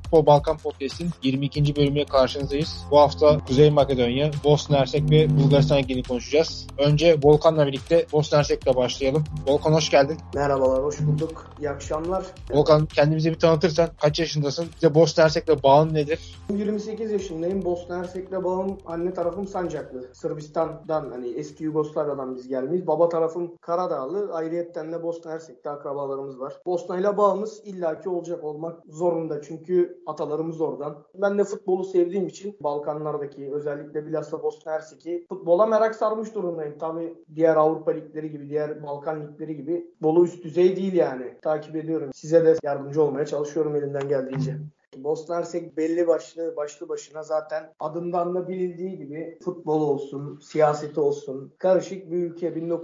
Futbol Balkan Podcast'in 22. bölümüne karşınızdayız. Bu hafta Kuzey Makedonya, Bosna Hersek ve Bulgaristan ilgili konuşacağız. Önce Volkan'la birlikte Bosna Hersek'le başlayalım. Volkan hoş geldin. Merhabalar, hoş bulduk. İyi akşamlar. Volkan, kendimizi bir tanıtırsan, kaç yaşındasın? Bize Bosna Hersek'le bağın nedir? 28 yaşındayım. Bosna Hersek'le bağım, anne tarafım Sancaklı. Sırbistan'dan, hani eski Yugoslavya'dan biz gelmeyiz. Baba tarafım Karadağlı. Ayrıyetten de Bosna Hersek'te akrabalarımız var. Bosna'yla bağımız illaki olmak zorunda. Çünkü atalarımız oradan. Ben de futbolu sevdiğim için Balkanlardaki, özellikle bilhassa Bosna Hersek'i futbola merak sarmış durumdayım. Tabii diğer Avrupa ligleri gibi, diğer Balkan ligleri gibi futbolu üst düzey değil yani. Takip ediyorum. Size de yardımcı olmaya çalışıyorum elimden geldiğince. Bosna Hersek belli başlı başına zaten adından da bilindiği gibi futbol olsun, siyaseti olsun karışık bir ülke.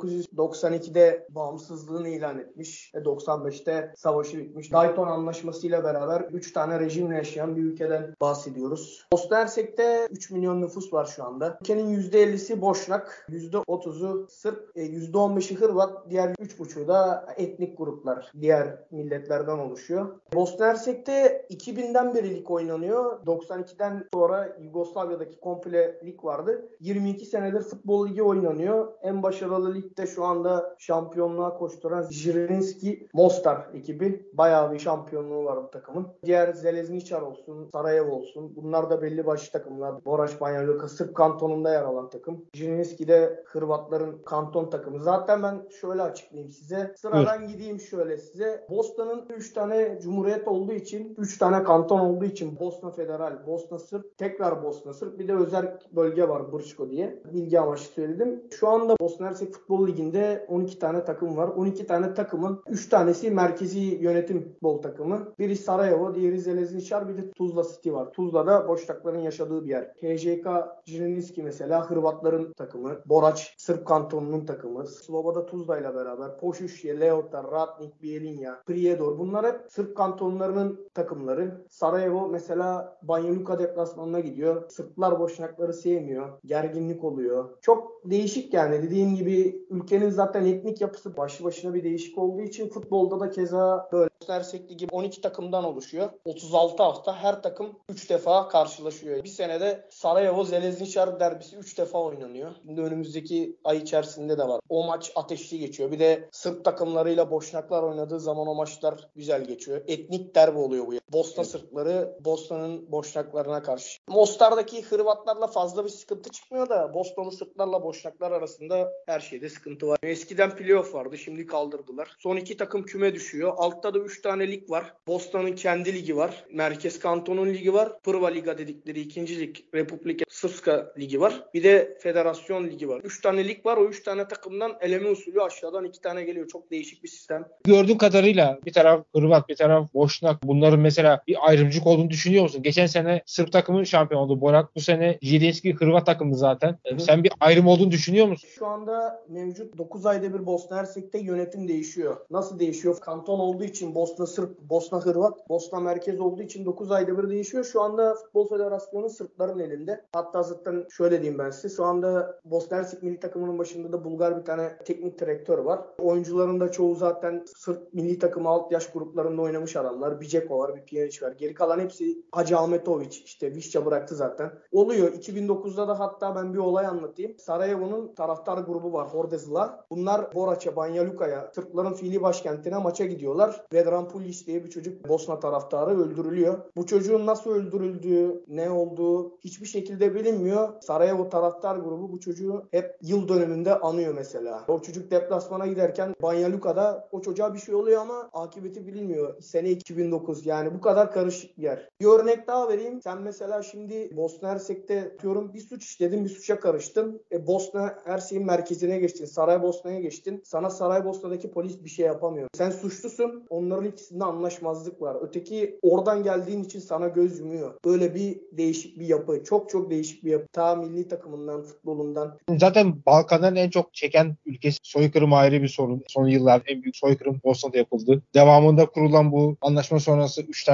1992'de bağımsızlığını ilan etmiş ve 95'te savaşı bitmiş. Dayton Anlaşması ile beraber 3 tane rejimle yaşayan bir ülkeden bahsediyoruz. Bosna Hersek'te 3 milyon nüfus var şu anda. Ülkenin %50'si Boşnak, %30'u Sırp, %15'i Hırvat, diğer 3,5'u da etnik gruplar, diğer milletlerden oluşuyor. Bosna Hersek'te 2000'den beri lig oynanıyor. 92'den sonra Yugoslavya'daki komple lig vardı. 22 senedir futbol ligi oynanıyor. En başarılı ligde şu anda şampiyonluğa koşturan Zrinjski Mostar ekibi. Bayağı bir şampiyonluğu var bu takımın. Diğer Željezničar olsun, Sarajevo olsun. Bunlar da belli başlı takımlar. Borac Banja Luka Sırp kantonunda yer alan takım. Zrinjski de Hırvatların kanton takımı. Zaten ben şöyle açıklayayım size. Sıradan gideyim şöyle size. Bosna'nın 3 tane cumhuriyet olduğu için, 3 tane kanton olduğu için Bosna Federal, Bosna Sırp, tekrar Bosna Sırp, bir de özel bölge var Brčko diye. Bilgi amaçlı söyledim. Şu anda Bosna Hersek Futbol Ligi'nde 12 tane takım var. 12 tane takımın 3 tanesi merkezi yönetim futbol takımı. Biri Sarajevo, diğeri Željezničar, bir de Tuzla City var. Tuzla'da Boşnakların yaşadığı bir yer. HJK Zrinjski mesela Hırvatların takımı. Borac Sırp kantonunun takımı. Sloboda Tuzla ile beraber Pošušje, Leotar, Ratnik, Bielinja, Prijedor, bunlar hep Sırp kantonlarının takımları. Sarajevo mesela Banja Luka deplasmanına gidiyor. Sırplar Boşnakları sevmiyor. Gerginlik oluyor. Çok değişik yani. Dediğim gibi ülkenin zaten etnik yapısı başlı başına bir değişik olduğu için futbolda da keza böyle. Bosna Hersek Ligi 12 takımdan oluşuyor. 36 hafta her takım 3 defa karşılaşıyor. Bir senede Sarajevo Željezničar derbisi 3 defa oynanıyor. Şimdi önümüzdeki ay içerisinde de var. O maç ateşli geçiyor. Bir de Sırp takımlarıyla Boşnaklar oynadığı zaman o maçlar güzel geçiyor. Etnik derbi oluyor bu. Bosna Sırpları Bosna'nın Boşnaklarına karşı. Mostar'daki Hırvatlarla fazla bir sıkıntı çıkmıyor da Bosnalı Sırplarla Boşnaklar arasında her şeyde sıkıntı var. Eskiden playoff vardı, şimdi kaldırdılar. Son 2 takım küme düşüyor. Altta da 3 tane lig var. Bosna'nın kendi ligi var. Merkez Kanton'un ligi var. Prva Liga dedikleri 2. lig, Republika Srpska ligi var. Bir de Federasyon ligi var. 3 tane lig var. O 3 tane takımdan eleme usulü aşağıdan 2 tane geliyor. Çok değişik bir sistem. Gördüğün kadarıyla bir taraf Hırvat, bir taraf Boşnak. Bunların mesela bir ayrımcılık olduğunu düşünüyor musun? Geçen sene Sırp takımı şampiyon oldu. Borak bu sene Zrinjski Hırvat takımı zaten. Sen bir ayrım olduğunu düşünüyor musun? Şu anda mevcut 9 ayda bir Bosna Hersek'te yönetim değişiyor. Nasıl değişiyor? Kanton olduğu için Bosna Sırp, Bosna Hırvat, Bosna merkez olduğu için 9 ayda bir değişiyor. Şu anda Futbol Federasyonu Sırpların elinde. Hatta zaten şöyle diyeyim ben size. Şu anda Bosna Hersek milli takımının başında da Bulgar bir tane teknik direktör var. Oyuncuların da çoğu zaten Sırp milli takımı alt yaş gruplarında oynamış adamlar. Bir Ceko var, bir Pjanic var. Geri kalan hepsi Hacı Ahmetović, işte Visca bıraktı zaten. Oluyor. 2009'da da hatta ben bir olay anlatayım. Sarajevo'nun taraftar grubu var, Hordezla. Bunlar Borac'a, Banja Luka'ya, Sırpların fiili başkentine maça gidiyorlar. Vedran Puljic diye bir çocuk, Bosna taraftarı, öldürülüyor. Bu çocuğun nasıl öldürüldüğü, ne olduğu hiçbir şekilde bilinmiyor. Sarajevo taraftar grubu bu çocuğu hep yıl dönümünde anıyor mesela. O çocuk deplasmana giderken Banja Luka'da o çocuğa bir şey oluyor ama akıbeti bilinmiyor. Sene 2009, yani bu kadar karışık bir yer. Bir örnek daha vereyim. Sen mesela şimdi Bosna Hersek'te diyorum bir suç işledin, bir suça karıştın. Bosna Hersek'in merkezine geçtin. Saraybosna'ya geçtin. Sana Saraybosna'daki polis bir şey yapamıyor. Sen suçlusun. Onların ikisinde anlaşmazlık var. Öteki oradan geldiğin için sana göz yumuyor. Böyle bir değişik bir yapı. Çok çok değişik bir yapı. Ta milli takımından, futbolundan. Zaten Balkanların en çok çeken ülkesi. Soykırım ayrı bir sorun. Son yıllarda en büyük soykırım Bosna'da yapıldı. Devamında kurulan bu anlaşma sonrası 3 tane kanton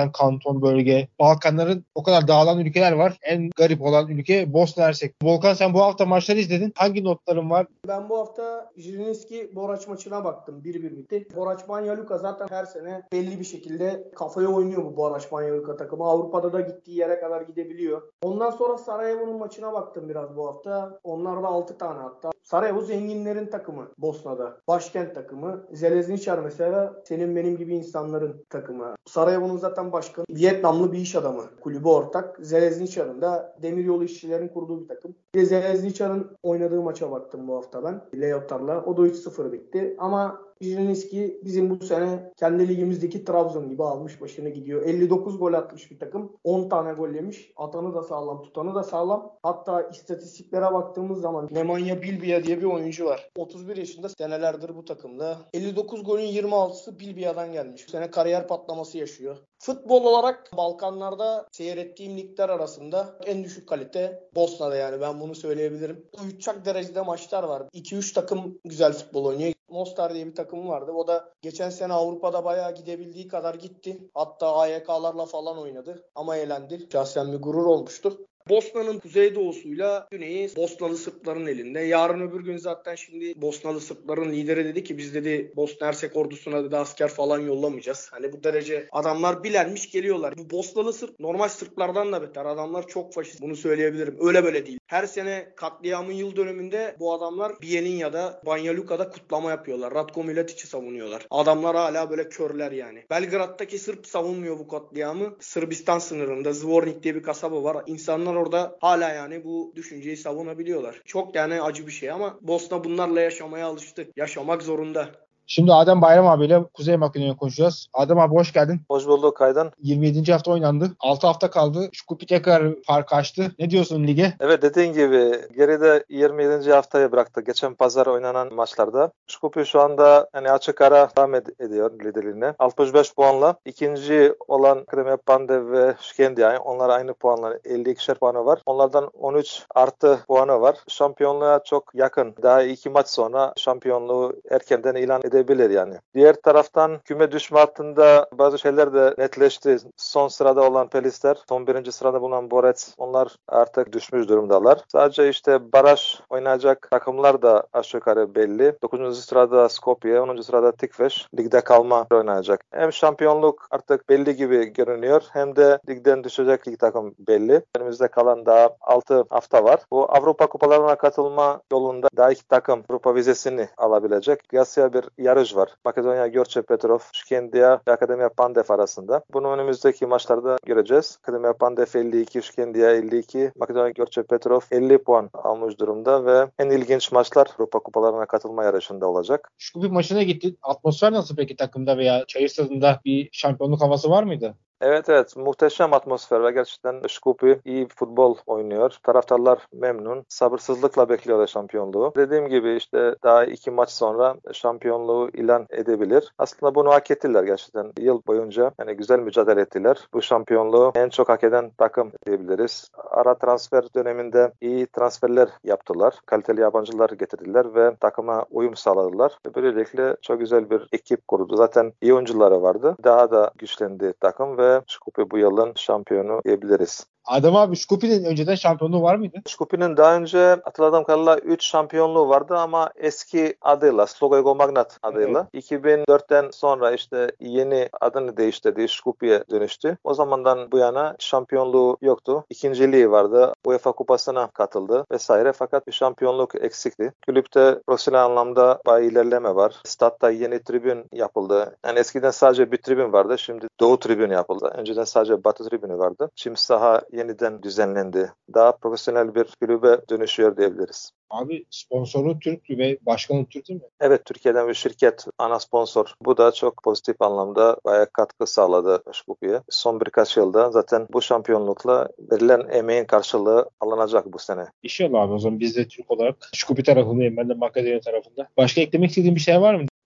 Frankofon bölge, Balkanların o kadar dağılan ülkeler var. En garip olan ülke Bosna Hersek. Volkan, sen bu hafta maçları izledin. Hangi notların var? Ben bu hafta Zrinjski Borac maçına baktım. 1-1 bitti. Borac Banja Luka zaten her sene belli bir şekilde kafaya oynuyor bu Borac Banja Luka takımı. Avrupa'da da gittiği yere kadar gidebiliyor. Ondan sonra Sarajevo'nun maçına baktım biraz bu hafta. Onlar da 6 tane hatta. Sarajevo zenginlerin takımı Bosna'da. Başkent takımı. Željezničar mesela senin benim gibi insanların takımı. Sarajevo'nun zaten başkanı Vietnamlı bir iş adamı. Kulübü ortak. Željezničar'ın da demiryolu işçilerin kurduğu bir takım. Bir de Željezničar'ın oynadığı maça baktım bu hafta ben. Leotar'la. O da 3-0 bitti. Ama Zrinjski bizim bu sene kendi ligimizdeki Trabzon gibi almış başını gidiyor. 59 gol atmış bir takım. 10 tane gol yemiş. Atanı da sağlam, tutanı da sağlam. Hatta istatistiklere baktığımız zaman Nemanja Bilbia diye bir oyuncu var. 31 yaşında, senelerdir bu takımda. 59 golün 26'sı Bilbia'dan gelmiş. Bu sene kariyer patlaması yaşıyor. Futbol olarak Balkanlarda seyrettiğim ligler arasında en düşük kalite Bosna'da, yani ben bunu söyleyebilirim. Uyutacak derecede maçlar var. 2-3 takım güzel futbol oynuyor. Mostar diye bir takım vardı. O da geçen sene Avrupa'da bayağı gidebildiği kadar gitti. Hatta AYK'larla falan oynadı ama elendi. Şahsen bir gurur olmuştu. Bosna'nın kuzeydoğusuyla güneyi Bosnalı Sırpların elinde. Yarın öbür gün zaten şimdi Bosnalı Sırpların lideri dedi ki biz dedi Bosna Hersek ordusuna dedi asker falan yollamayacağız. Hani bu derece adamlar bilenmiş geliyorlar. Bu Bosnalı Sırp normal Sırplardan da beter. Adamlar çok faşist. Bunu söyleyebilirim. Öyle böyle değil. Her sene katliamın yıl dönümünde bu adamlar Bijeljina'da, Banja Luka'da kutlama yapıyorlar. Ratko Mlatic'i savunuyorlar. Adamlar hala böyle körler yani. Belgrad'daki Sırp savunmuyor bu katliamı. Sırbistan sınırında Zvornik diye bir kasaba var. İnsanlar orada hala yani bu düşünceyi savunabiliyorlar. Çok yani acı bir şey ama Bosna bunlarla yaşamaya alıştı. Yaşamak zorunda. Şimdi Adem Bayram abiyle Kuzey Makedonya'yı konuşacağız. Adem abi hoş geldin. Hoş bulduk Aydan. 27. hafta oynandı. 6 hafta kaldı. Şkupi tekrar fark açtı. Ne diyorsun lige? Evet, dediğin gibi geride 27. haftaya bıraktı. Geçen pazar oynanan maçlarda. Şkupi şu anda hani açık ara devam ediyor liderliğine. 65 puanla. İkinci olan Akademia Pandev ve Shkendia. Onlar aynı puanla 52'şer puanı var. Onlardan 13 artı puanı var. Şampiyonluğa çok yakın. Daha 2 maç sonra şampiyonluğu erkenden ilan edebilir yani. Diğer taraftan küme düşme hattında bazı şeyler de netleşti. Son sırada olan Pelisler, son 1. sırada bulunan Borec, onlar artık düşmüş durumdalar. Sadece işte baraj oynayacak takımlar da aşağı yukarı belli. 9. sırada Skopje, 10. sırada Tikveş ligde kalma oynayacak. Hem şampiyonluk artık belli gibi görünüyor hem de ligden düşecek ilk takım belli. Önümüzde kalan daha 6 hafta var. Bu Avrupa kupalarına katılma yolunda daha 2 takım Avrupa vizesini alabilecek. Kıyasıya bir yarış var. Makedonya, Görçe Petrov, Shkendia ve Akademia Pandev arasında. Bunu önümüzdeki maçlarda göreceğiz. Akademia Pandev 52, Shkendia 52, Makedonya, Görçe Petrov 50 puan almış durumda ve en ilginç maçlar Avrupa kupalarına katılma yarışında olacak. Şkupi maçına gittin. Atmosfer nasıl peki takımda veya Çayır Stadı'nda bir şampiyonluk havası var mıydı? Evet, muhteşem atmosfer ve gerçekten Şkupi iyi futbol oynuyor. Taraftarlar memnun. Sabırsızlıkla bekliyorlar şampiyonluğu. Dediğim gibi işte daha 2 maç sonra şampiyonluğu ilan edebilir. Aslında bunu hak ettiler gerçekten. Yıl boyunca yani güzel mücadele ettiler. Bu şampiyonluğu en çok hak eden takım diyebiliriz. Ara transfer döneminde iyi transferler yaptılar. Kaliteli yabancılar getirdiler ve takıma uyum sağladılar. Ve böylelikle çok güzel bir ekip kurdu. Zaten iyi oyuncuları vardı. Daha da güçlendi takım ve Şkupi bu yılın şampiyonu diyebiliriz. Adem abi, Şkupi'nin önceden şampiyonluğu var mıydı? Şkupi'nin daha önce hatırladığım kadarıyla 3 şampiyonluğu vardı ama eski adıyla, Slogoygo Magnat adıyla. Evet. 2004'ten sonra işte yeni adını değiştirdiği Şkupi'ye dönüştü. O zamandan bu yana şampiyonluğu yoktu. İkinciliği vardı. UEFA Kupası'na katıldı vesaire fakat bir şampiyonluk eksikti. Kulüpte profesyonel anlamda bayağı ilerleme var. Statta yeni tribün yapıldı. Yani eskiden sadece bir tribün vardı. Şimdi Doğu tribünü yapıldı. Önceden sadece Batı tribünü vardı. Şimdi saha yeniden düzenlendi. Daha profesyonel bir kulübe dönüşüyor diyebiliriz. Abi sponsoru Türk'tü ve başkanı Türk değil mi? Evet, Türkiye'den bir şirket ana sponsor. Bu da çok pozitif anlamda bayağı katkı sağladı Şkupi'ye. Son birkaç yılda zaten bu şampiyonlukla verilen emeğin karşılığı alınacak bu sene. İnşallah abi, o zaman biz de Türk olarak Şkupi tarafındayım. Ben de Makedonya tarafında. Başka eklemek istediğin bir şey var mı?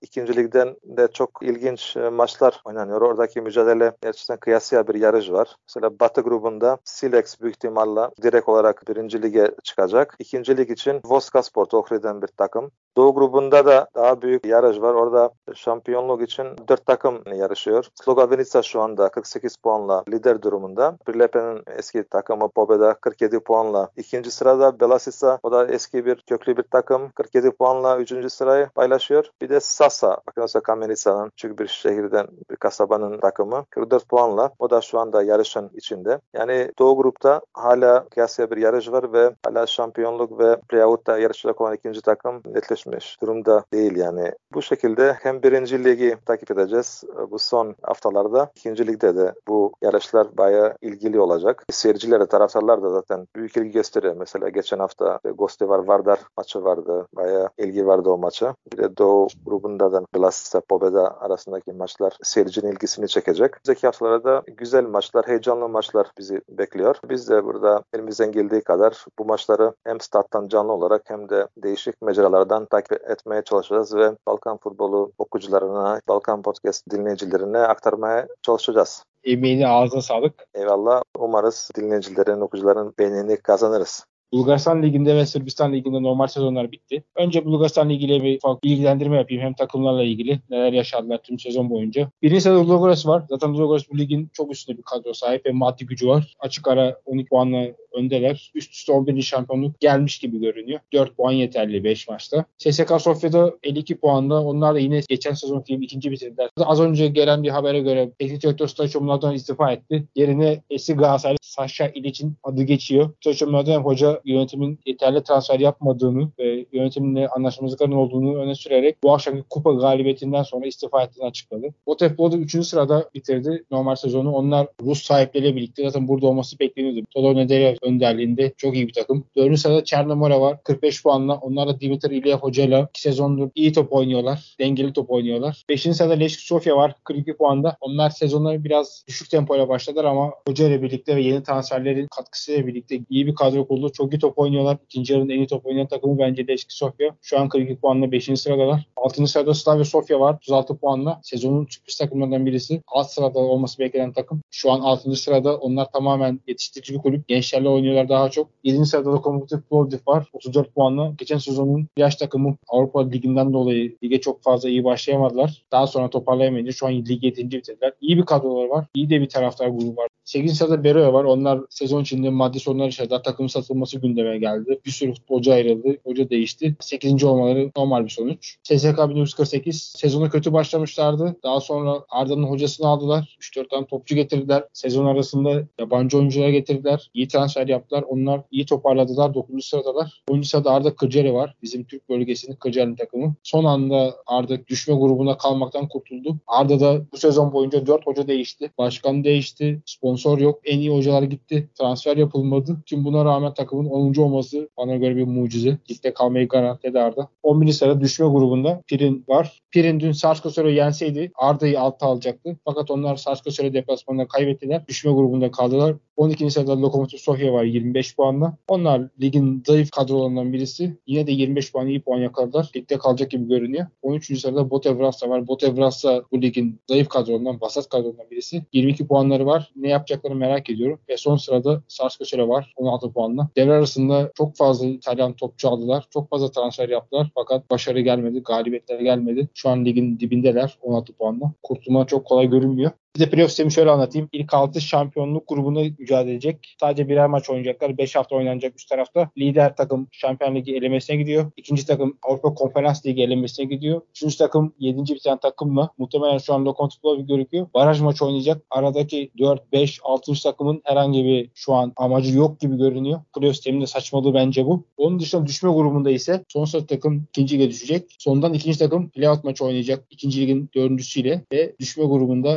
İkinci ligden de çok ilginç maçlar oynanıyor. Oradaki mücadele gerçekten kıyasıya bir yarış var. Mesela Batı grubunda Silex büyük ihtimalle direkt olarak birinci lige çıkacak. İkinci lig için Voskaspor Ohri'den bir takım. Doğu grubunda da daha büyük yarış var. Orada şampiyonluk için 4 takım yarışıyor. Sloga Vinica şu anda 48 puanla lider durumunda. Prilepe'nin eski takımı Pobeda 47 puanla ikinci sırada. Belasisa, o da eski bir köklü bir takım, 47 puanla 3. sırayı paylaşıyor. Bir de Sasa, Akinosa Kamenica'nın küçük bir şehirden, bir kasabanın takımı 44 puanla. O da şu anda yarışın içinde. Yani Doğu grupta hala kıyasıya bir yarış var ve hala şampiyonluk ve playout'ta yarışacak olan ikinci takım netleşmiş durumda değil yani. Bu şekilde hem birinci ligi takip edeceğiz bu son haftalarda. İkinci ligde de bu yarışlar bayağı ilgili olacak. Seyirciler de taraftarlar da zaten büyük ilgi gösteriyor. Mesela geçen hafta Gostivar Vardar maçı vardı. Bayağı ilgi vardı o maça. Bir de Doğu grubunda da Blasta Pobeda arasındaki maçlar seyircinin ilgisini çekecek. Önümüzdeki haftalarda güzel maçlar, heyecanlı maçlar bizi bekliyor. Biz de burada elimizden geldiği kadar bu maçları hem stat'tan canlı olarak hem de değişik mecralardan takip etmeye çalışacağız ve Balkan futbolu okuyucularına, Balkan podcast dinleyicilerine aktarmaya çalışacağız. Emeğine ağzına sağlık. Eyvallah. Umarız dinleyicilerin, okuyucuların beğenini kazanırız. Bulgaristan Ligi'nde ve Sırbistan Ligi'nde normal sezonlar bitti. Önce Bulgaristan Ligi ile bir ufak bilgilendirme yapayım. Hem takımlarla ilgili neler yaşadılar tüm sezon boyunca. Birinci sırada Ludogorets var. Zaten Ludogorets bu ligin çok üstünde bir kadro sahip ve maddi gücü var. Açık ara 12 puanla öndeler. Üst üste 11. şampiyonluk gelmiş gibi görünüyor. 4 puan yeterli 5 maçta. SSK Sofya'da 52 puanda. Onlar da yine geçen sezon ikinci bitirdiler. Az önce gelen bir habere göre teknik direktör Stoichkov bunlardan istifa etti. Yerine eski Galatasaraylı Sasha İlic'in adı geçiyor. Stoichkov bunlardan hoca yönetimin yeterli transfer yapmadığını ve yönetimle anlaşmazlıkların olduğunu öne sürerek bu akşamki kupa galibiyetinden sonra istifa ettiğini açıkladı. Botevpol'da 3. sırada bitirdi normal sezonu. Onlar Rus sahipleriyle birlikte zaten burada olması bekleniyordu. Todor Nedelyev önderliğinde çok iyi bir takım. 4. sırada Çernomor'a var. 45 puanla. Onlar da Dimitar İlyev hocayla 2 sezondur iyi top oynuyorlar. Dengeli top oynuyorlar. 5. sırada Lechik Sofia var. 42 puanda. Onlar sezonları biraz düşük tempoyla başladılar ama hoca ile birlikte ve yeni transferlerin katkısıyla birlikte iyi bir kadro kurdu. Çok iyi top oynuyorlar. İkinci yarının en iyi top oynayan takımı bence Lechik Sofia. Şu an 42 puanla 5. sıradalar. 6. sırada Slavia Sofia var. 36 puanla. Sezonun sürpriz takımlarından birisi. Alt sırada olması beklenen takım. Şu an 6. sırada. Onlar tamamen yetiştirici bir kulüp. Gençlerle oynuyorlar daha çok. 7. sırada Lokomotiv Plovdiv var. 34 puanla. Geçen sezonun yaş takımı Avrupa Ligi'nden dolayı lige çok fazla iyi başlayamadılar. Daha sonra toparlayamayınca şu an lig 7. bitirdiler. İyi bir kadroları var. İyi de bir taraftar grubu var. 8. sırada Beroya var. Onlar sezon içinde maddi sorunlar yaşadılar. Takım satılması gündeme geldi. Bir sürü futbolcu ayrıldı. Hoca değişti. 8. olmaları normal bir sonuç. SSK 1948 sezonu kötü başlamışlardı. Daha sonra Arda'nın hocasını aldılar. 3-4 tane topçu getirdiler. Sezon arasında yabancı oyuncular getirdiler. İyi transfer yaptılar. Onlar iyi toparladılar. 9. sıradalar. 10. sırada Arda Kırcari var. Bizim Türk bölgesinin Kırcari'nin takımı. Son anda Arda düşme grubuna kalmaktan kurtuldu. Arda da bu sezon boyunca 4 hoca değişti. Başkan değişti. Sponsor yok. En iyi hocalar gitti. Transfer yapılmadı. Tüm buna rağmen takımın 10. olması bana göre bir mucize. Ligde kalmayı garantiledi Arda. 11. sırada düşme grubunda Pirin var. Pirin dün Sarskosor'u yenseydi Arda'yı alta alacaktı. Fakat onlar Sarskosor'u deplasmanda kaybettiler. Düşme grubunda kaldılar. 12. sırada Lokomotiv Sofia var 25 puanla. Onlar ligin zayıf kadrolarından birisi. Yine de 25 puan iyi puan yakaladılar. Ligde kalacak gibi görünüyor. 13. sırada Botev Vrasa var. Botev Vrasa bu ligin zayıf kadrolarından, vasat kadrolarından birisi. 22 puanları var. Ne yapacaklarını merak ediyorum. Ve son sırada Sarskoçer var 16 puanla. Devre arasında çok fazla İtalyan topçu aldılar. Çok fazla transfer yaptılar. Fakat başarı gelmedi. Galibiyetler gelmedi. Şu an ligin dibindeler 16 puanla. Kurtulma çok kolay görünmüyor. Bir de playoff sistemi şöyle anlatayım. İlk 6 şampiyonluk grubunda mücadele edecek. Sadece birer maç oynayacaklar. 5 hafta oynanacak üst tarafta. Lider takım Şampiyon Ligi elemesine gidiyor. İkinci takım Avrupa Konferans Ligi elemesine gidiyor. Üçüncü takım 7. biten takımla muhtemelen şu an Lokomotiv Plovdiv görüküyor. Baraj maçı oynayacak. Aradaki 4, 5, 6. takımın herhangi bir şu an amacı yok gibi görünüyor. Playoff sisteminde saçmalığı bence bu. Onun dışında düşme grubunda ise son sıra takım ikinci lige düşecek. Sondan ikinci takım playoff maçı oynayacak. İkinci ligin dördüncüsüyle ve düşme grubunda ilk iki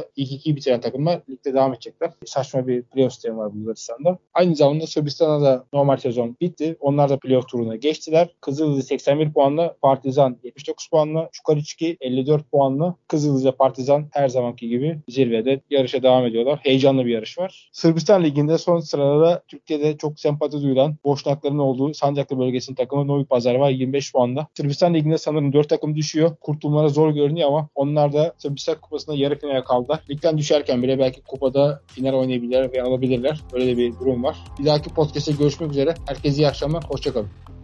iyi bitiren takımlar ligde devam edecekler. Saçma bir playoff sistemi var Bulgaristan'da. Aynı zamanda Sırbistan'a da normal sezon bitti. Onlar da playoff turuna geçtiler. Kızıldızı 81 puanla, Partizan 79 puanla, Çukariçki 54 puanla. Kızıldızı Partizan her zamanki gibi zirvede yarışa devam ediyorlar. Heyecanlı bir yarış var. Sırbistan Ligi'nde son sırada Türkiye'de çok sempati duyulan Boşnakların olduğu Sancaklı bölgesinin takımı Novi Pazar var 25 puanla. Sırbistan Ligi'nde sanırım 4 takım düşüyor. Kurtulmaları zor görünüyor ama onlar da Sırbistan Kupası'nda yarı finale kaldılar. Ligden düşerken bile belki kupada final oynayabilirler ve alabilirler. Böyle de bir durum var. Bir dahaki podcast'te görüşmek üzere. Herkese iyi akşamlar. Hoşçakalın.